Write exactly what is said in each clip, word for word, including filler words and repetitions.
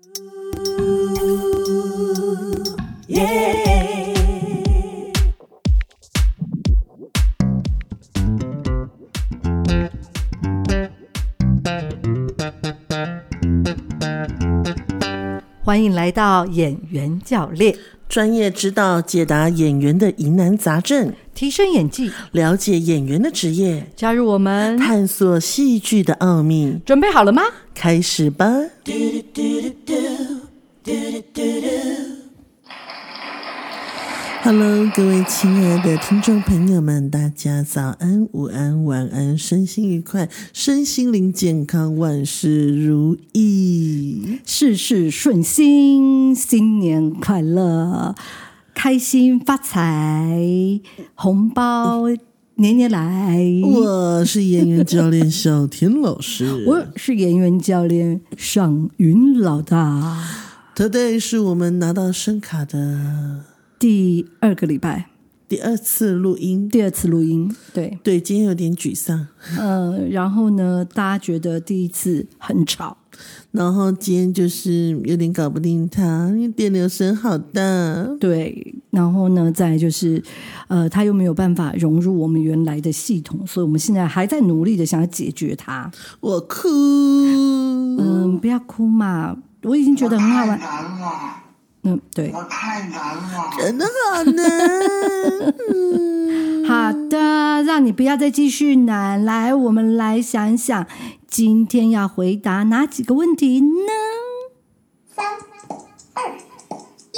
欢迎来到演员教练， 专业指导解答演员的疑难杂症， 提升演技， 了解演员的职业， 加入我们探索戏剧的奥秘。 准备好了吗？ 开始吧。Hello， 各位亲爱的听众朋友们，大家早安、午安、晚安，身心愉快，身心灵健康，万事如意， 事事顺心，新年快乐，开心发财，红包年年来。 我是演员教练小田老师， 我是演员教练尚云老大。 Today 是我们拿到声卡的第二个礼拜， 第二次录音， 第二次录音，对对，今天有点沮丧。 呃，然后呢，大家觉得第一次很吵， 然后今天就是有点搞不定它，因为电流声好大。 对，然后呢，再来就是，呃，它又没有办法融入我们原来的系统，所以我们现在还在努力的想要解决它。 我哭， 嗯，不要哭嘛，我已经觉得很好玩。嗯，对， 我太难了， 真的好难。 嗯、好的，让你不要再继续难。来，我们来想想，今天要回答哪几个问题呢？ 三二一。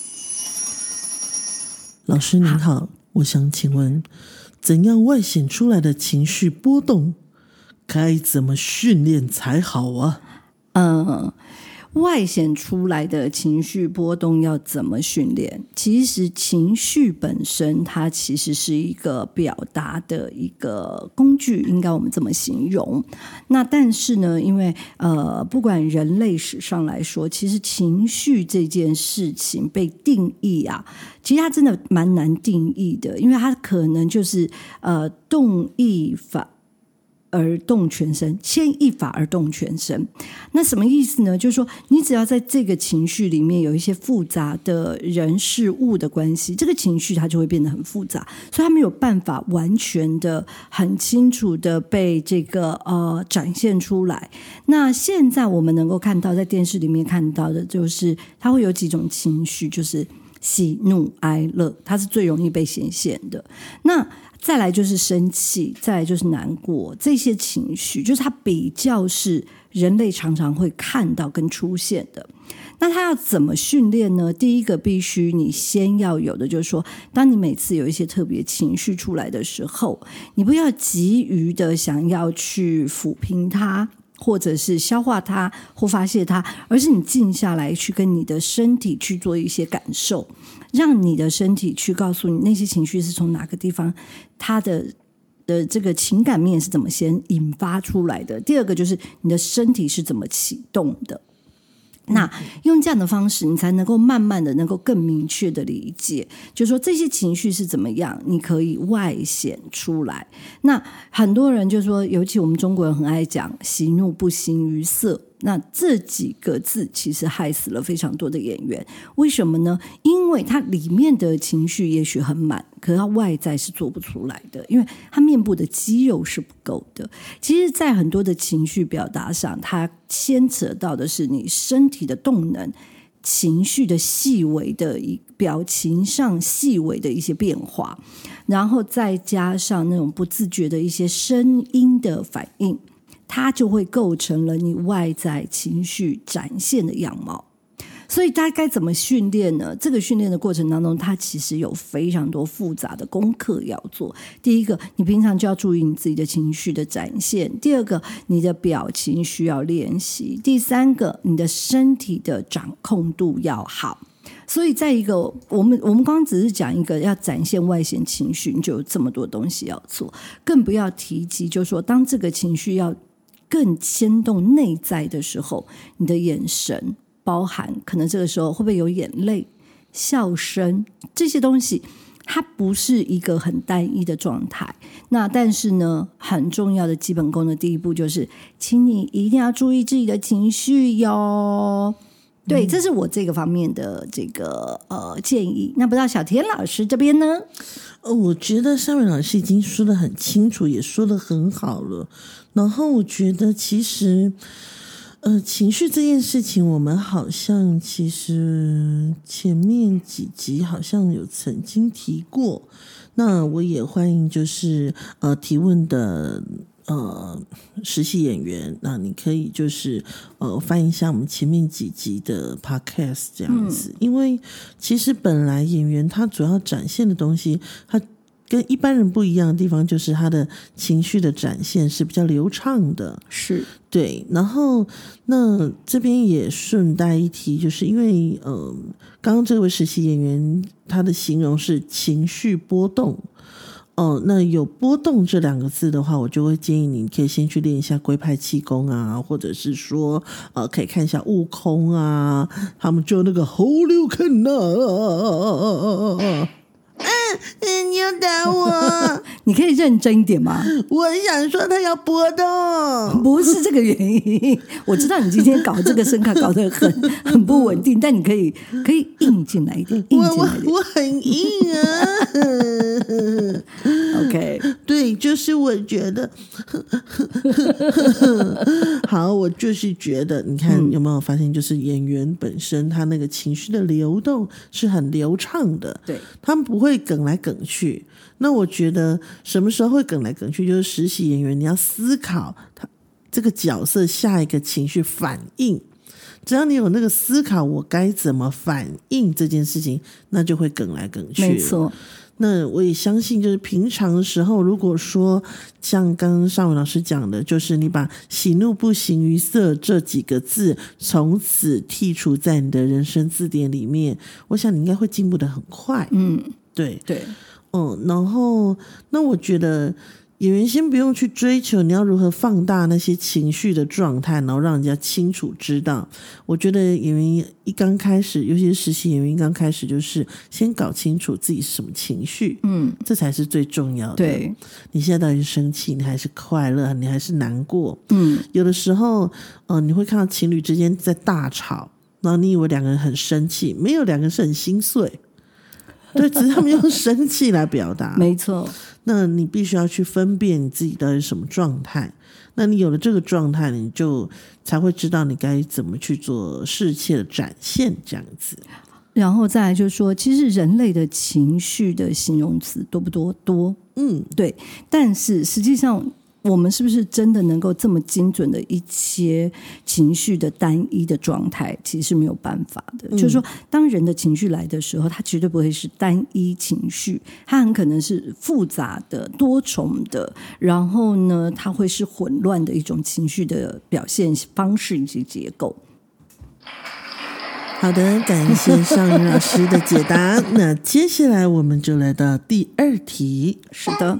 老师您好，我想请问，怎样外显出来的情绪波动，该怎么训练才好啊？ 嗯。外显出来的情绪波动要怎么训练？其实情绪本身它其实是一个表达的一个工具，应该我们这么形容。那但是呢，因为呃，不管人类史上来说，其实情绪这件事情被定义啊，其实它真的蛮难定义的，因为它可能就是呃动意法而动全身，牵一发而动全身。那什么意思呢？就是说你只要在这个情绪里面有一些复杂的人事物的关系，这个情绪它就会变得很复杂，所以它没有办法完全的很清楚的被这个呃展现出来。那现在我们能够看到，在电视里面看到的就是它会有几种情绪，就是喜怒哀乐，它是最容易被显现的。那再来就是生气，再来就是难过，这些情绪就是它比较是人类常常会看到跟出现的。那它要怎么训练呢？第一个必须你先要有的就是说，当你每次有一些特别情绪出来的时候，你不要急于的想要去抚平它，或者是消化它或发泄它，而是你静下来去跟你的身体去做一些感受，让你的身体去告诉你那些情绪是从哪个地方，它的的这个情感面是怎么先引发出来的。第二个就是你的身体是怎么启动的。那用这样的方式，你才能够慢慢的能够更明确的理解，就是说这些情绪是怎么样，你可以外显出来。那很多人就说，尤其我们中国人很爱讲喜怒不形于色，那这几个字其实害死了非常多的演员。为什么呢？因为他里面的情绪也许很满，可是他外在是做不出来的，因为他面部的肌肉是不够的。其实在很多的情绪表达上，它牵扯到的是你身体的动能，情绪的细微的表情上细微的一些变化，然后再加上那种不自觉的一些声音的反应，它就会构成了你外在情绪展现的样貌。所以大家该怎么训练呢？这个训练的过程当中，它其实有非常多复杂的功课要做。第一个，你平常就要注意你自己的情绪的展现；第二个，你的表情需要练习；第三个，你的身体的掌控度要好。所以在一个我们我们刚刚只是讲一个要展现外显情绪，你就有这么多东西要做，更不要提及就是说当这个情绪要更牵动内在的时候，你的眼神包含可能这个时候会不会有眼泪、笑声，这些东西它不是一个很单一的状态。那但是呢，很重要的基本功的第一步就是请你一定要注意自己的情绪哟。 对，这是我这个方面的这个呃建议。那不知道小田老师这边呢？ 呃，我觉得尚伟老师已经说得很清楚，也说得很好了。然后我觉得其实，呃，情绪这件事情，我们好像其实前面几集好像有曾经提过。那我也欢迎就是呃提问的。呃，实习演员，那你可以就是呃翻一下我们前面几集的 podcast 这样子，嗯、因为其实本来演员他主要展现的东西，他跟一般人不一样的地方，就是他的情绪的展现是比较流畅的， 是对。然后那这边也顺带一提，就是因为呃，刚刚这位实习演员他的形容是情绪波动。哦，那有波动这两个字的话，我就会建议你可以先去练一下龟派气功啊，或者是说呃，可以看一下悟空啊，他们就那个猴流坑啊。嗯，你要打我？ 你可以认真一点吗？ 我想说他要波动， 不是这个原因。我知道你今天搞这个声卡搞得很很不稳定，但你可以可以硬进来一点，硬进来一点。 我我我很硬啊。 OK， 对，就是我觉得，好，我就是觉得，你看、嗯、有没有发现，就是演员本身他那个情绪的流动是很流畅的， 对， 他们不会梗来梗去。那我觉得什么时候会梗来梗去，就是实习演员你要思考他这个角色下一个情绪反应。只要你有那个思考，我该怎么反应这件事情，那就会梗来梗去。 没错。 那我也相信，就是平常的时候，如果说像刚刚尚伟老师讲的，就是你把喜怒不形于色这几个字从此剔除在你的人生字典里面，我想你应该会进步得很快。 嗯， 对对， 嗯，然后那我觉得演员先不用去追求你要如何放大那些情绪的状态，然后让人家清楚知道。我觉得演员一刚开始，尤其是实习演员一刚开始，就是先搞清楚自己是什么情绪，嗯，这才是最重要的。 对， 你现在到底是生气，你还是快乐，你还是难过？ 嗯， 有的时候，呃，你会看到情侣之间在大吵，然后你以为两个人很生气，没有，两个人是很心碎。对，只是他们用生气来表达。 没错。 那你必须要去分辨你自己到底是什么状态。那你有了这个状态，你就才会知道你该怎么去做适切的展现，这样子。 然后再来就是说，其实人类的情绪的形容词多不多？多，嗯，对。但是实际上，我们是不是真的能够这么精准的一些情绪的单一的状态，其实是没有办法的。嗯、就是说，当人的情绪来的时候，它绝对不会是单一情绪，它很可能是复杂的、多重的，然后呢，它会是混乱的一种情绪的表现方式以及结构。 好的，感谢尚云老师的解答。那接下来我们就来到第二题。 是的。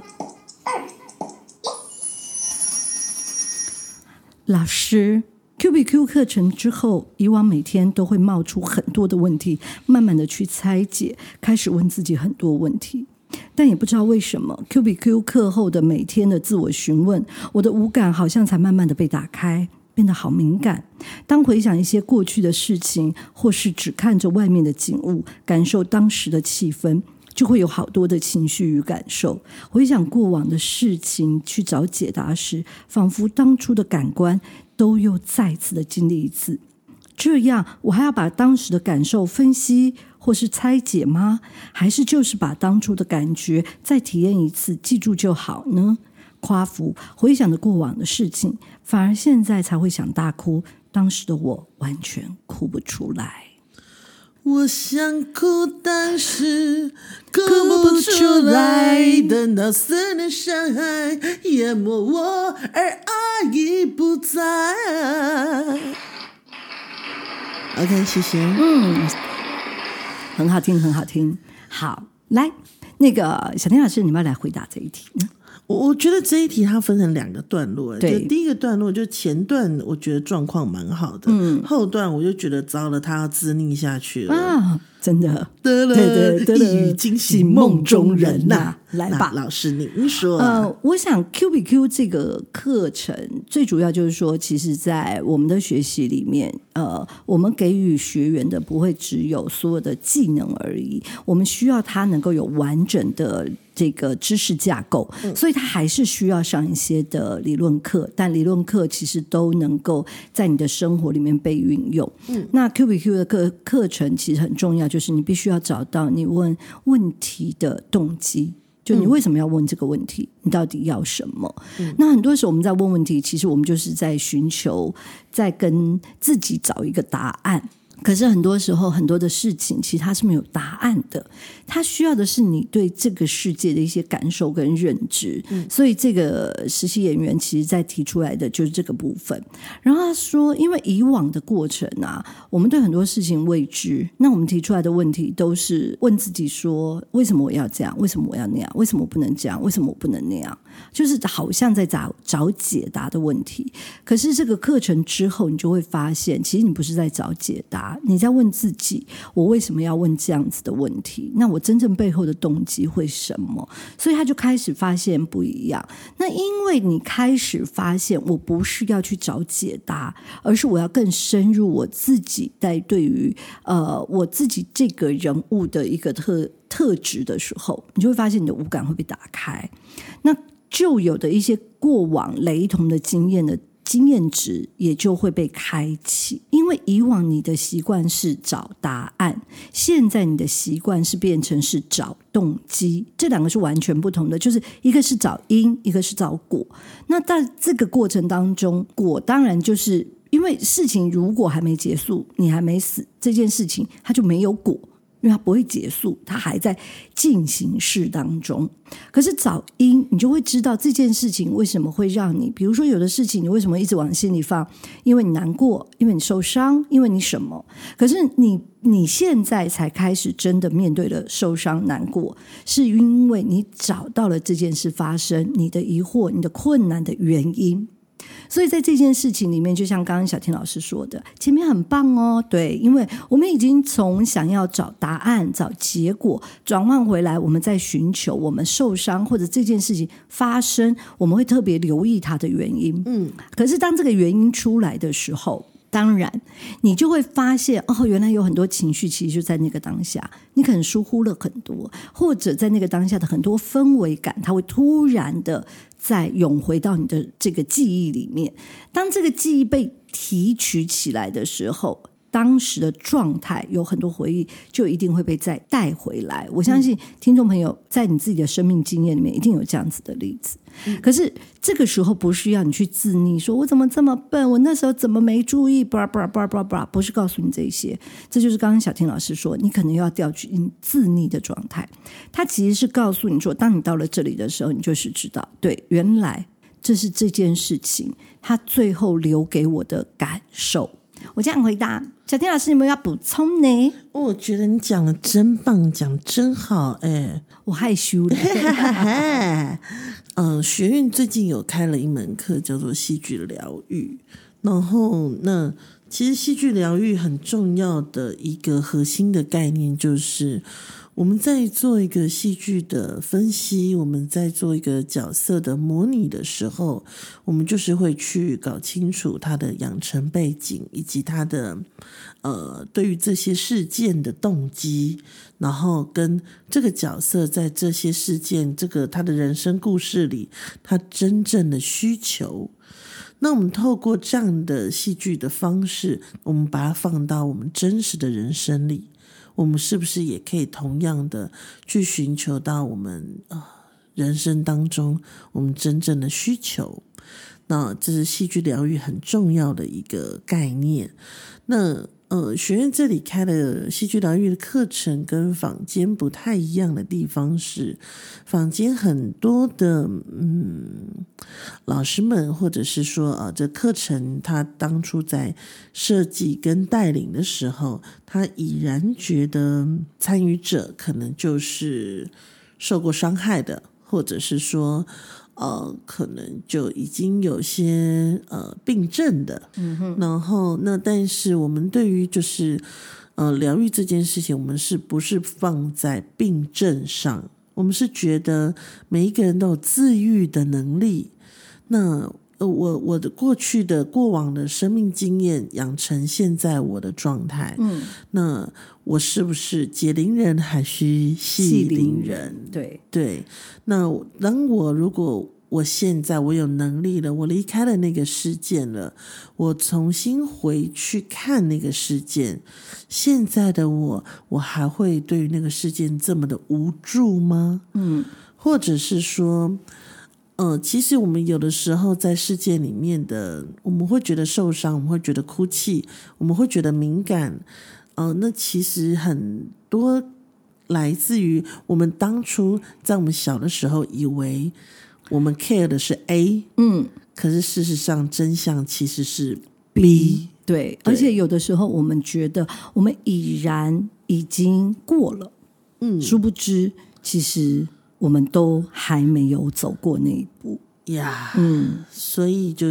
老师 Q B Q 课程之后，以往每天都会冒出很多的问题，慢慢的去拆解，开始问自己很多问题，但也不知道为什么 Q B Q 课后的每天的自我询问，我的五感好像才慢慢的被打开，变得好敏感。当回想一些过去的事情，或是只看着外面的景物，感受当时的气氛，就会有好多的情绪与感受。回想过往的事情，去找解答时，仿佛当初的感官都又再次的经历一次。这样我还要把当时的感受分析或是拆解吗？还是就是把当初的感觉再体验一次，记住就好呢？夸父回想着过往的事情，反而现在才会想大哭，当时的我完全哭不出来。 我想哭，但是哭不出来，等到思念伤害淹没我，而爱已不在。OK， 谢谢。 嗯，很好听，很好听。好，来，那个小天老师，你们要来回答这一题呢？ 我我觉得这一题它分成两个段落， 对就第一个段落就前段我觉得状况蛮好的，嗯，后段我就觉得糟了，他要自溺下去了啊，真的， 对对对对， 一语惊醒梦中人呐、啊！ 来吧， 老师您说、啊。 呃，我想 Q B Q 这个课程最主要就是说，其实，在我们的学习里面，呃，我们给予学员的不会只有所有的技能而已，我们需要他能够有完整的这个知识架构，嗯、所以他还是需要上一些的理论课，但理论课其实都能够在你的生活里面被运用。嗯、那 Q B Q 的课课程其实很重要，就是你必须要找到你问问题的动机。就你为什么要问这个问题？你到底要什么？嗯、那很多时候我们在问问题，其实我们就是在寻求，在跟自己找一个答案。可是很多时候很多的事情其实它是没有答案的，它需要的是你对这个世界的一些感受跟认知、嗯、所以这个实习演员其实在提出来的就是这个部分。然后他说因为以往的过程啊，我们对很多事情未知，那我们提出来的问题都是问自己说为什么我要这样，为什么我要那样，为什么我不能这样，为什么我不能那样，就是好像在找找解答的问题。可是这个课程之后你就会发现其实你不是在找解答，你在问自己我为什么要问这样子的问题，那我真正背后的动机会什么。所以他就开始发现不一样。那因为你开始发现我不是要去找解答，而是我要更深入我自己在对于呃我自己这个人物的一个特特质的时候，你就会发现你的五感会被打开，那旧有的一些过往雷同的经验的经验值也就会被开启。因为以往你的习惯是找答案，现在你的习惯是变成是找动机，这两个是完全不同的，就是一个是找因，一个是找果。那在这个过程当中，果当然就是因为事情如果还没结束，你还没死，这件事情它就没有果，因为它不会结束，它还在进行式当中。可是找因，你就会知道这件事情为什么会让你，比如说有的事情你为什么一直往心里放，因为你难过，因为你受伤，因为你什么。可是你你现在才开始真的面对了受伤难过，是因为你找到了这件事发生你的疑惑，你的困难的原因。所以在这件事情里面，就像刚刚小天老师说的，前面很棒哦，对，因为我们已经从想要找答案找结果转换回来，我们在寻求我们受伤或者这件事情发生，我们会特别留意它的原因。嗯，可是当这个原因出来的时候，当然你就会发现哦，原来有很多情绪其实就在那个当下你可能疏忽了很多，或者在那个当下的很多氛围感它会突然的再涌回到你的这个记忆里面。当这个记忆被提取起来的时候，当时的状态有很多回忆就一定会被再带回来。我相信听众朋友在你自己的生命经验里面一定有这样子的例子、嗯、可是这个时候不是要你去自溺说我怎么这么笨，我那时候怎么没注意，巴拉巴拉巴拉巴拉，不是告诉你这些。这就是刚刚小天老师说你可能要调取你自溺的状态，他其实是告诉你说当你到了这里的时候，你就是知道对，原来这是这件事情他最后留给我的感受。我这样回答，小天老师有没有要补充呢？ 我觉得你讲的真棒，讲真好，哎， 我害羞了。 嗯，学院最近有开了一门课，叫做戏剧疗愈。然后，那其实戏剧疗愈很重要的一个核心的概念就是。我们在做一个戏剧的分析，我们在做一个角色的模拟的时候，我们就是会去搞清楚他的养成背景以及他的呃对于这些事件的动机，然后跟这个角色在这些事件这个他的人生故事里他真正的需求。那我们透过这样的戏剧的方式，我们把它放到我们真实的人生里，我们是不是也可以同样的去寻求到我们、呃、人生当中我们真正的需求？那这是戏剧疗愈很重要的一个概念。那呃，学院这里开的戏剧疗愈的课程跟坊间不太一样的地方是，坊间很多的嗯老师们或者是说啊、呃，这课程他当初在设计跟带领的时候，他已然觉得参与者可能就是受过伤害的，或者是说呃，可能就已经有些呃病症的，嗯哼，然后那但是我们对于就是呃疗愈这件事情，我们是不是放在病症上？我们是觉得每一个人都有自愈的能力，那。呃，我我的过去的过往的生命经验养成现在我的状态，嗯，那我是不是解铃人还需系铃人？ 对对，那当我如果我现在我有能力了，我离开了那个事件了，我重新回去看那个事件，现在的我，我还会对于那个事件这么的无助吗？嗯，或者是说。呃，其实我们有的时候在世界里面的，我们会觉得受伤，我们会觉得哭泣，我们会觉得敏感，呃，那其实很多来自于我们当初在我们小的时候以为我们 care 的是 A， 嗯，可是事实上真相其实是 B， 对，而且有的时候我们觉得我们已然已经过了，嗯，殊不知其实。我们都还没有走过那一步呀， yeah, 嗯，所以就是，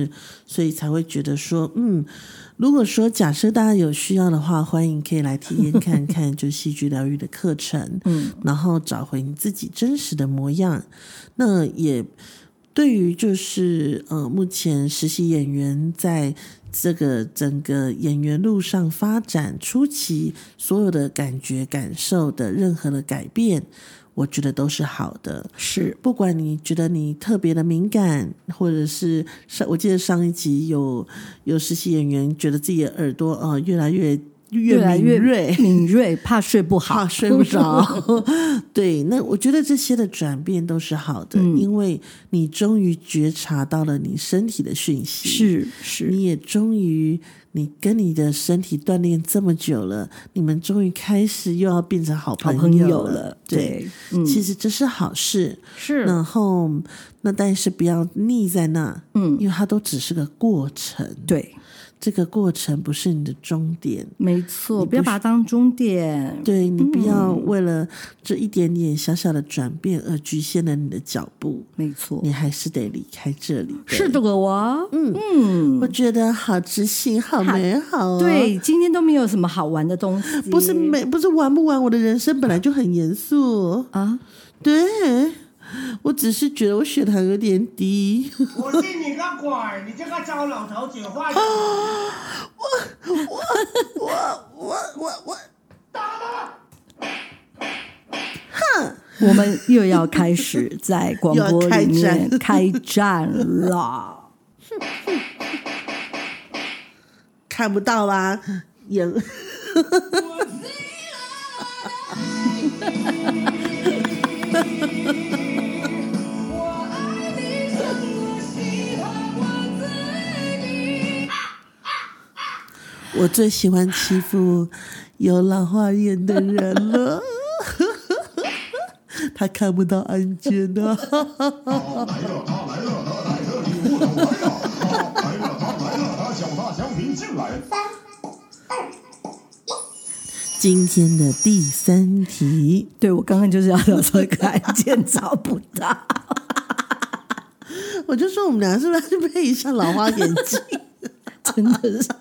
所以才会觉得说，嗯，如果说假设大家有需要的话，欢迎可以来体验看看，就戏剧疗愈的课程，嗯，然后找回你自己真实的模样。那也对于就是呃，目前实习演员在这个整个演员路上发展初期，所有的感觉感受的任何的改变。我觉得都是好的， 是不管你觉得你特别的敏感，或者是上我记得上一集有有实习演员觉得自己的耳朵呃越来越越敏锐敏锐，怕睡不好， 怕睡不着。对，那我觉得这些的转变都是好的，嗯、因为你终于觉察到了你身体的讯息， 是是， 你也终于。你跟你的身体锻炼这么久了，你们终于开始又要变成好朋友了。 好朋友了对， 对嗯、其实这是好事。 是， 然后那但是不要腻在那，嗯，因为它都只是个过程。 对。 这个过程不是你的终点， 没错，不, 不要把它当终点。 对，你不要为了这一点点小小的转变而局限了你的脚步。 没错， 你还是得离开这里。 是的，我嗯嗯，我觉得好知性，好美好、哦。 对，今天都没有什么好玩的东西， 不是美，不是玩不玩，我的人生本来就很严肃啊。对。我只是觉得我血糖有点低。 我信你个鬼！你这个糟老头子坏了！ 我我我我我我打他！ 哼！ 我们又要开始在广播里面开战了。 看不到啦，眼。我最喜欢欺负有老花眼的人了，他看不到案件啊！他来了，他来了，他带着礼物的来了，他来了，他来了，他脚踏香槟进来。三二一，今天的第三题， 对我刚刚就是要找这个案件找不到， 我就说我们俩是不是要去配一下老花眼镜？ 真的是。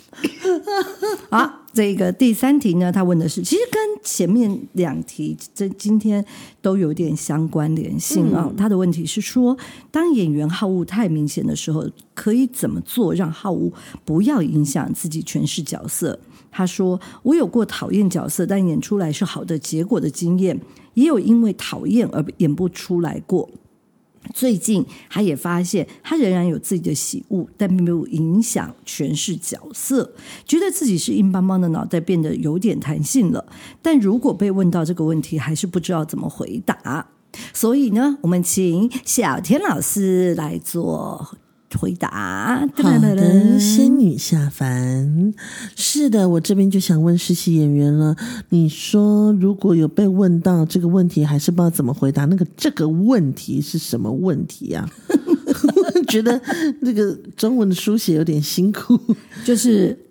好，这个第三题呢，他问的是，其实跟前面两题这今天都有点相关联性啊、哦。嗯、他的问题是说，当演员好恶太明显的时候，可以怎么做让好恶不要影响自己诠释角色？他说，我有过讨厌角色但演出来是好的结果的经验，也有因为讨厌而演不出来过。最近他也发现他仍然有自己的喜恶，但并没有影响诠释角色，觉得自己是硬邦邦的脑袋变得有点弹性了，但如果被问到这个问题还是不知道怎么回答。所以呢，我们请小天老师来做回答。 好的，仙女下凡。是的，我这边就想问实习演员了，你说如果有被问到这个问题还是不知道怎么回答，那个这个问题是什么问题啊？我觉得这个中文的书写有点辛苦， 就是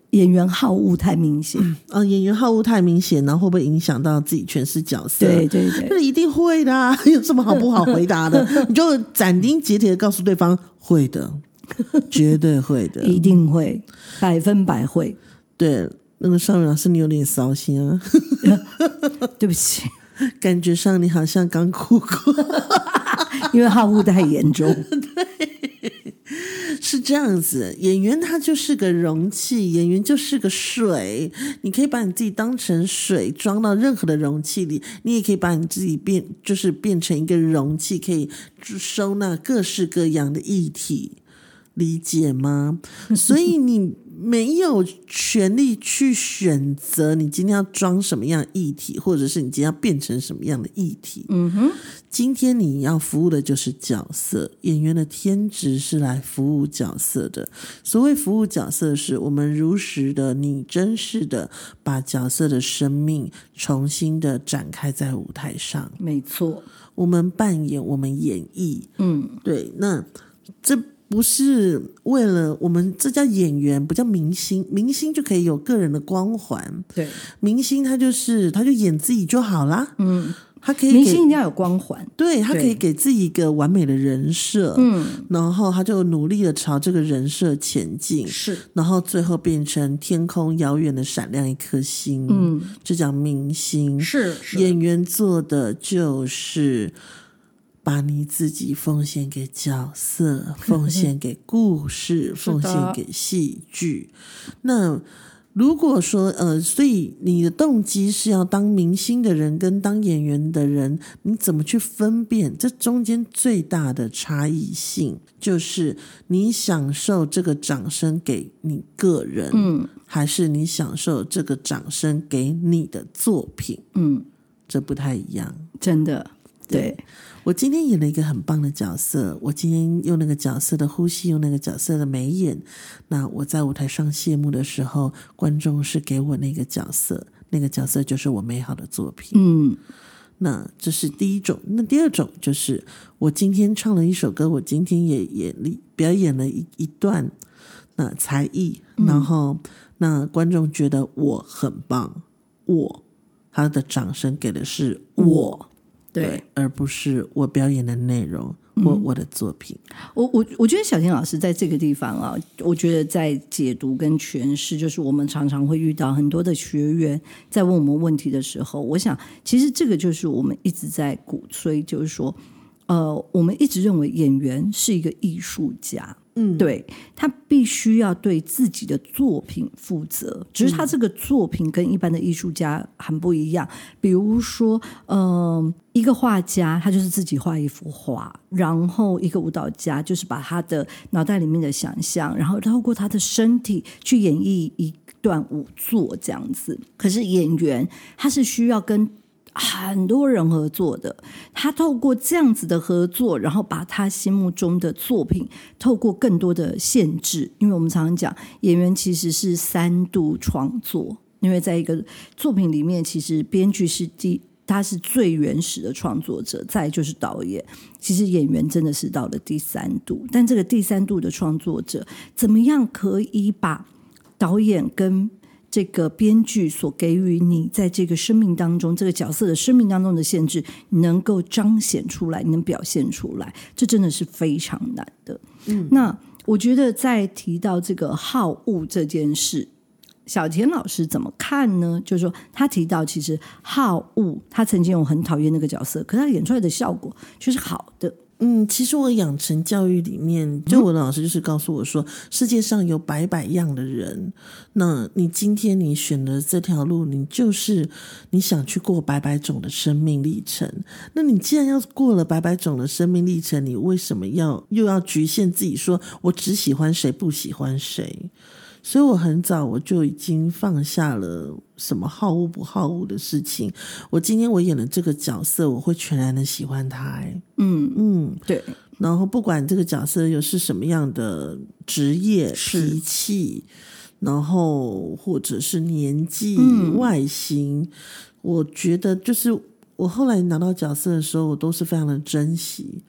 演员好恶太明显。 嗯、呃，演员好恶太明显，然后会不会影响到自己诠释角色？ 对对对， 那一定会的啊，有什么好不好回答的？你就斩钉截铁的告诉对方，会的，绝对会的， 一定会，百分百会。 对，那个少宇老师，你有点骚心啊， 对不起， 感觉上你好像刚哭过， 因为好恶太严重。 对，是这样子，演员他就是个容器，演员就是个水，你可以把你自己当成水装到任何的容器里，你也可以把你自己变，就是变成一个容器，可以收纳各式各样的议题，理解吗？所以你没有权利去选择你今天要装什么样的议题，或者是你今天要变成什么样的议题。 嗯哼， 今天你要服务的就是角色，演员的天职是来服务角色的。所谓服务角色，是我们如实的、拟真实的把角色的生命重新的展开在舞台上。 没错， 我们扮演，我们演绎。 嗯， 对，那这不是为了我们，这叫演员，不叫明星。明星就可以有个人的光环， 对， 明星他就是他就演自己就好啦。 嗯， 他可以明星一定要有光环， 对，他可以给自己一个完美的人设， 嗯， 然后他就努力的朝这个人设前进， 是， 然后最后变成天空遥远的闪亮一颗星， 嗯， 这叫明星。 是，是演员做的就是把你自己奉献给角色，奉献给故事，奉献给戏剧。那如果说呃，所以你的动机是要当明星的人跟当演员的人，你怎么去分辨？这中间最大的差异性就是你享受这个掌声给你个人， 嗯， 还是你享受这个掌声给你的作品？ 嗯， 这不太一样， 真的，对。 对，我今天演了一个很棒的角色，我今天用那个角色的呼吸，用那个角色的眉眼，那我在舞台上谢幕的时候，观众是给我那个角色，那个角色就是我美好的作品。 嗯， 那这是第一种。那第二种就是我今天唱了一首歌，我今天也也表演了一一段那才艺，然后那观众觉得我很棒，我他的掌声给的是我。对, 对，而不是我表演的内容或我的作品。 我我我觉得小天老师在这个地方啊，我觉得在解读跟诠释，就是我们常常会遇到很多的学员在问我们问题的时候，我想其实这个就是我们一直在鼓吹，就是说，呃，我们一直认为演员是一个艺术家。嗯，对，他必须要对自己的作品负责，只是他这个作品跟一般的艺术家很不一样。比如说，嗯、呃，一个画家他就是自己画一幅画，然后一个舞蹈家就是把他的脑袋里面的想象，然后透过他的身体去演绎一段舞作这样子。可是演员他是需要跟很多人合作的，他透过这样子的合作，然后把他心目中的作品透过更多的限制，因为我们常常讲演员其实是三度创作，因为在一个作品里面，其实编剧是第他是最原始的创作者，再来就是导演，其实演员真的是到了第三度，但这个第三度的创作者怎么样可以把导演跟这个编剧所给予你在这个生命当中，这个角色的生命当中的限制能够彰显出来，能表现出来，这真的是非常难的。嗯，那我觉得在提到这个好恶这件事，小田老师怎么看呢？就是说他提到其实好恶，他曾经有很讨厌那个角色，可是他演出来的效果却是好的。 嗯，其实我养成教育里面，就我的老师就是告诉我说，嗯、世界上有百百样的人，那你今天你选的这条路，你就是你想去过百百种的生命历程。那你既然要过了百百种的生命历程，你为什么要又要局限自己说我只喜欢谁不喜欢谁？所以我很早我就已经放下了什么好恶不好恶的事情。我今天我演的这个角色，我会全然的喜欢他、欸。嗯嗯， 对。 然后不管这个角色又是什么样的职业、脾气，然后或者是年纪、嗯、外形，我觉得就是我后来拿到角色的时候，我都是非常的珍惜。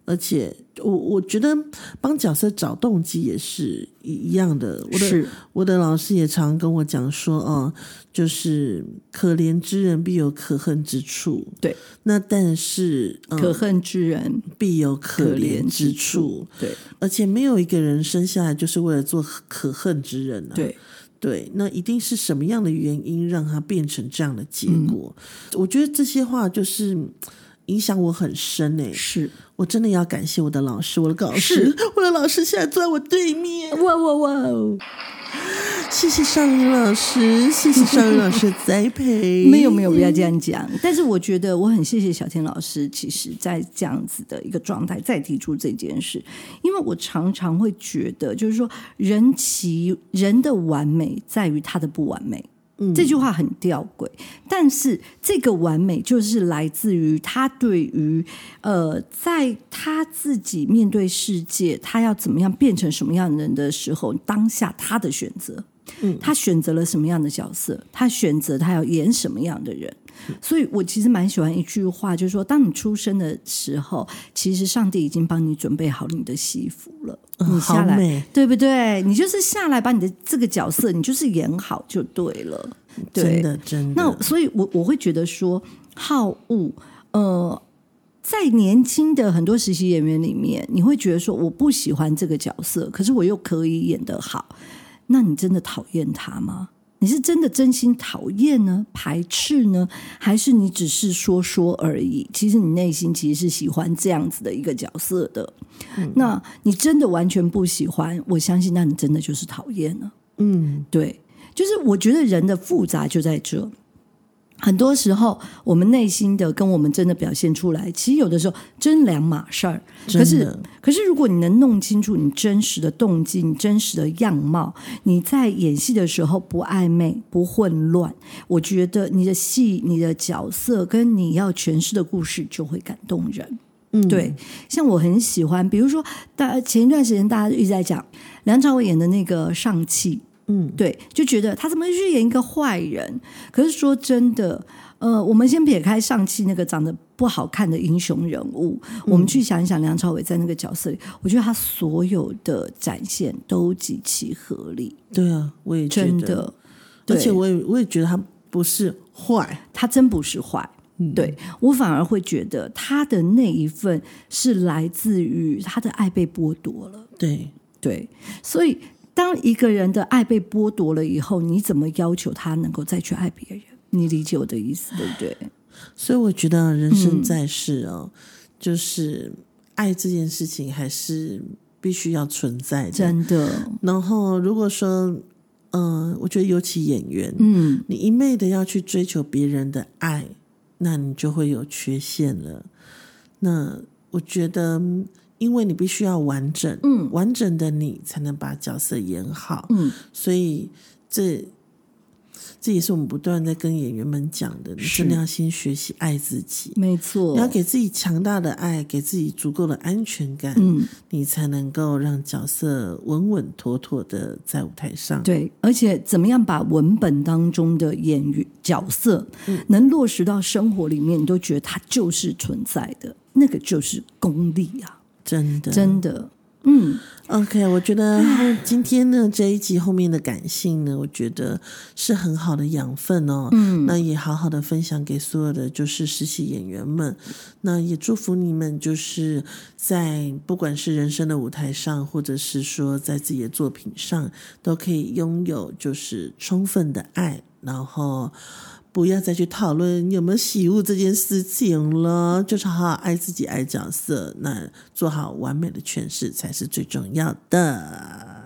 而且我我觉得帮角色找动机也是一样的。我的是我的老师也常跟我讲说，哦，就是可怜之人必有可恨之处， 对， 那但是、嗯、 可恨之人必有可怜之处， 对， 而且没有一个人生下来就是为了做可恨之人啊， 对。 对，那一定是什么样的原因让他变成这样的结果？嗯、我觉得这些话就是影响我很深诶、欸。 是我真的要感谢我的老师，我的老师，我的老师现在坐在我对面。 哇哇哇！ 谢谢尚云老师，谢谢尚云老师的栽培。 没有没有，不要这样讲。但是我觉得我很谢谢小天老师，其实在这样子的一个状态再提出这件事，因为我常常会觉得，就是说人其人的完美在于他的不完美。嗯、这句话很吊诡，但是这个完美就是来自于他对于呃，在他自己面对世界，他要怎么样变成什么样的人的时候，当下他的选择。嗯、他选择了什么样的角色，他选择他要演什么样的人，嗯、所以我其实蛮喜欢一句话，就是说当你出生的时候，其实上帝已经帮你准备好你的戏服了， 嗯、 你下来好美， 对不对？你就是下来把你的这个角色你就是演好就对了，对， 真的真的。 那所以我我会觉得说好恶呃在年轻的很多实习演员里面，你会觉得说我不喜欢这个角色，可是我又可以演得好，那你真的讨厌他吗？你是真的真心讨厌呢，排斥呢，还是你只是说说而已？其实你内心其实是喜欢这样子的一个角色的。嗯、那你真的完全不喜欢，我相信那你真的就是讨厌了。嗯，对，就是我觉得人的复杂就在这。很多时候我们内心的跟我们真的表现出来，其实有的时候真两码事儿。可是可是如果你能弄清楚你真实的动机，你真实的样貌，你在演戏的时候不暧昧不混乱，我觉得你的戏你的角色跟你要诠释的故事就会感动人。嗯，对，像我很喜欢，比如说大前一段时间大家一直在讲梁朝伟演的那个上气，嗯，对，就觉得他怎么去演一个坏人？可是说真的，呃，我们先撇开上气那个长得不好看的英雄人物，嗯、我们去想一想梁朝伟在那个角色里，我觉得他所有的展现都极其合理。 对啊，我也觉得， 真的， 而且我也我也觉得他不是坏， 他真不是坏。对，我反而会觉得他的那一份是来自于他的爱被剥夺了。 对对，所以当一个人的爱被剥夺了以后，你怎么要求他能够再去爱别人？你理解我的意思对不对？ 所以我觉得人生在世哦，嗯、就是爱这件事情还是必须要存在的， 真的。 然后如果说嗯、呃，我觉得尤其演员，嗯，你一昧的要去追求别人的爱，那你就会有缺陷了。那我觉得因为你必须要完整，嗯，完整的你才能把角色演好，嗯，所以这这也是我们不断在跟演员们讲的，你真的要先学习爱自己， 没错， 你要给自己强大的爱，给自己足够的安全感，嗯，你才能够让角色稳稳妥妥的在舞台上。 对，而且怎么样把文本当中的演员角色、嗯、能落实到生活里面，你都觉得它就是存在的，那个就是功力啊， 真的真的。嗯 ，OK， 我觉得今天呢这一集后面的感性呢，我觉得是很好的养分哦。嗯，那也好好的分享给所有的就是实习演员们，那也祝福你们就是在不管是人生的舞台上，或者是说在自己的作品上，都可以拥有就是充分的爱，然后不要再去讨论有没有喜恶这件事情了，就是好好爱自己爱角色，那做好完美的诠释才是最重要的。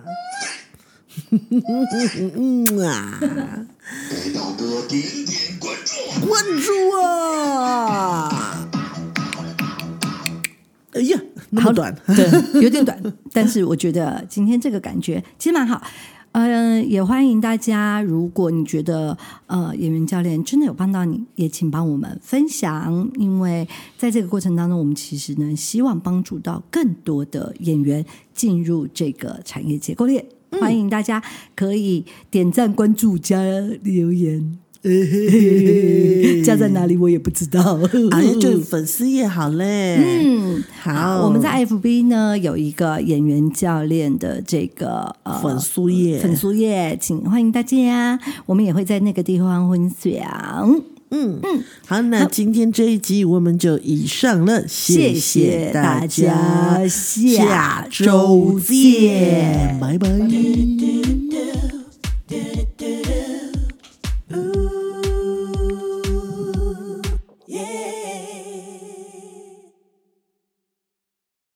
嗯啊， 给道哥点点关注， 关注啊！哎呀，那么短， 对，有点短，但是我觉得今天这个感觉其实蛮好。呃，也欢迎大家，如果你觉得呃演员教练真的有帮到你，也请帮我们分享，因为在这个过程当中，我们其实呢希望帮助到更多的演员进入这个产业结构链。嗯、欢迎大家可以点赞、关注、加留言。 加在哪里我也不知道。 哎呀，就粉丝页好嘞。 嗯， 好， 我们在 F B 呢有一个演员教练的这个呃粉丝页， 粉丝页，请欢迎大家。我们也会在那个地方分享。 嗯嗯，好，那今天这一集我们就以上了，谢谢大家， 下周见， 拜拜。